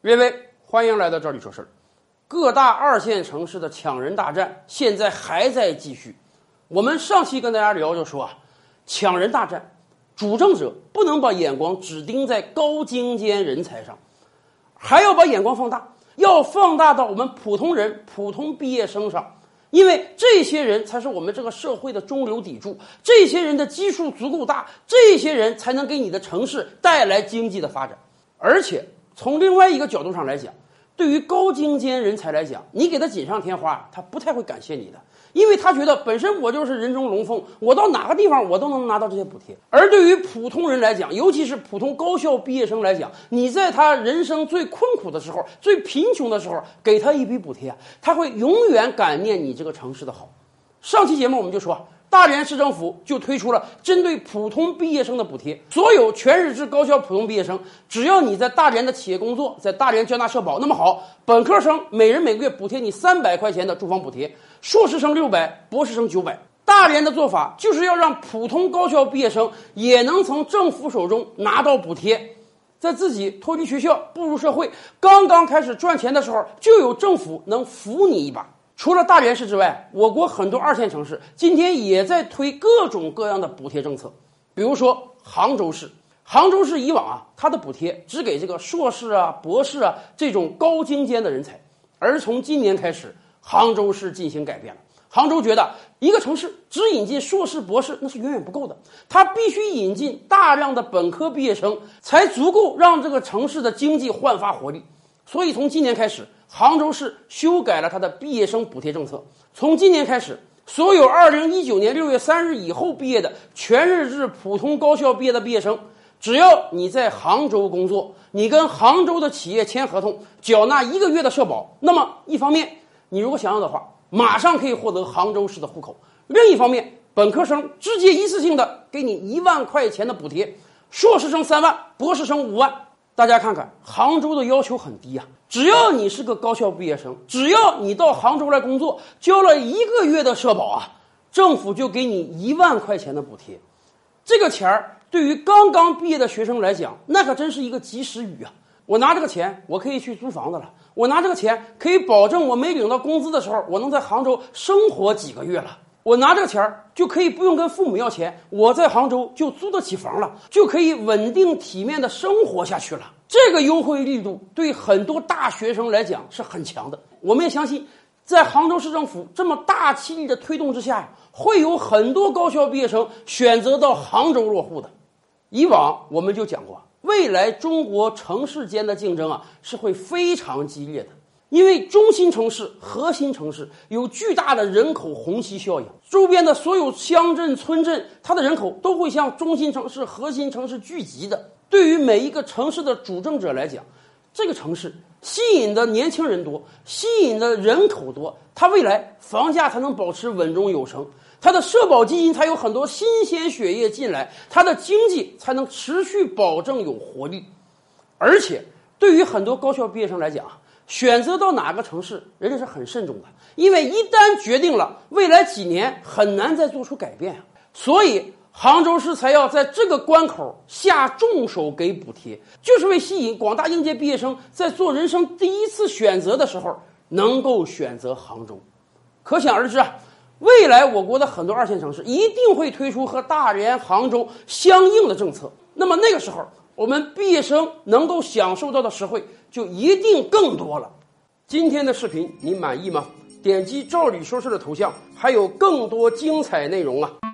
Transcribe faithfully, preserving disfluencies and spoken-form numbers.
列位，欢迎来到这里说事儿。各大二线城市的抢人大战现在还在继续。我们上期跟大家聊就说啊，抢人大战，主政者不能把眼光只盯在高精尖人才上，还要把眼光放大，要放大到我们普通人、普通毕业生上。因为这些人才是我们这个社会的中流砥柱，这些人的基数足够大，这些人才能给你的城市带来经济的发展。而且从另外一个角度上来讲，对于高精尖人才来讲，你给他锦上添花，他不太会感谢你的，因为他觉得本身我就是人中龙凤，我到哪个地方我都能拿到这些补贴。而对于普通人来讲，尤其是普通高校毕业生来讲，你在他人生最困苦的时候、最贫穷的时候给他一笔补贴，他会永远感念你这个城市的好。上期节目我们就说，大连市政府就推出了针对普通毕业生的补贴，所有全日制高校普通毕业生，只要你在大连的企业工作，在大连交纳社保，那么好，本科生每人每个月补贴你三百块钱的住房补贴，硕士生六百，博士生九百。大连的做法就是要让普通高校毕业生也能从政府手中拿到补贴，在自己脱离学校步入社会，刚刚开始赚钱的时候，就有政府能扶你一把。除了大连市之外，我国很多二线城市今天也在推各种各样的补贴政策。比如说杭州市，杭州市以往啊，它的补贴只给这个硕士啊、博士啊这种高精尖的人才，而从今年开始，杭州市进行改变了。杭州觉得一个城市只引进硕士、博士那是远远不够的，它必须引进大量的本科毕业生，才足够让这个城市的经济焕发活力。所以从今年开始，杭州市修改了它的毕业生补贴政策。从今年开始，所有二零一九年六月三日以后毕业的全日制普通高校毕业的毕业生，只要你在杭州工作，你跟杭州的企业签合同，缴纳一个月的社保，那么一方面你如果想要的话，马上可以获得杭州市的户口；另一方面，本科生直接一次性的给你一万块钱的补贴，硕士生三万，博士生五万。大家看看，杭州的要求很低啊，只要你是个高校毕业生，只要你到杭州来工作，交了一个月的社保啊，政府就给你一万块钱的补贴。这个钱儿对于刚刚毕业的学生来讲，那可真是一个及时雨啊！我拿这个钱，我可以去租房子了；我拿这个钱，可以保证我没领到工资的时候，我能在杭州生活几个月了。我拿这个钱就可以不用跟父母要钱，我在杭州就租得起房了，就可以稳定体面的生活下去了。这个优惠力度对很多大学生来讲是很强的。我们也相信，在杭州市政府这么大气力的推动之下，会有很多高校毕业生选择到杭州落户的。以往我们就讲过，未来中国城市间的竞争啊是会非常激烈的。因为中心城市、核心城市有巨大的人口虹吸效应，周边的所有乡镇、村镇，它的人口都会向中心城市、核心城市聚集的。对于每一个城市的主政者来讲，这个城市吸引的年轻人多，吸引的人口多，它未来房价才能保持稳中有升，它的社保基金才有很多新鲜血液进来，它的经济才能持续保证有活力。而且对于很多高校毕业生来讲，选择到哪个城市，人家是很慎重的，因为一旦决定了，未来几年很难再做出改变啊。所以杭州市才要在这个关口下重手给补贴，就是为吸引广大应届毕业生在做人生第一次选择的时候能够选择杭州。可想而知啊，未来我国的很多二线城市一定会推出和大连、杭州相应的政策，那么那个时候我们毕业生能够享受到的实惠就一定更多了。今天的视频你满意吗？点击赵理说事的头像，还有更多精彩内容啊！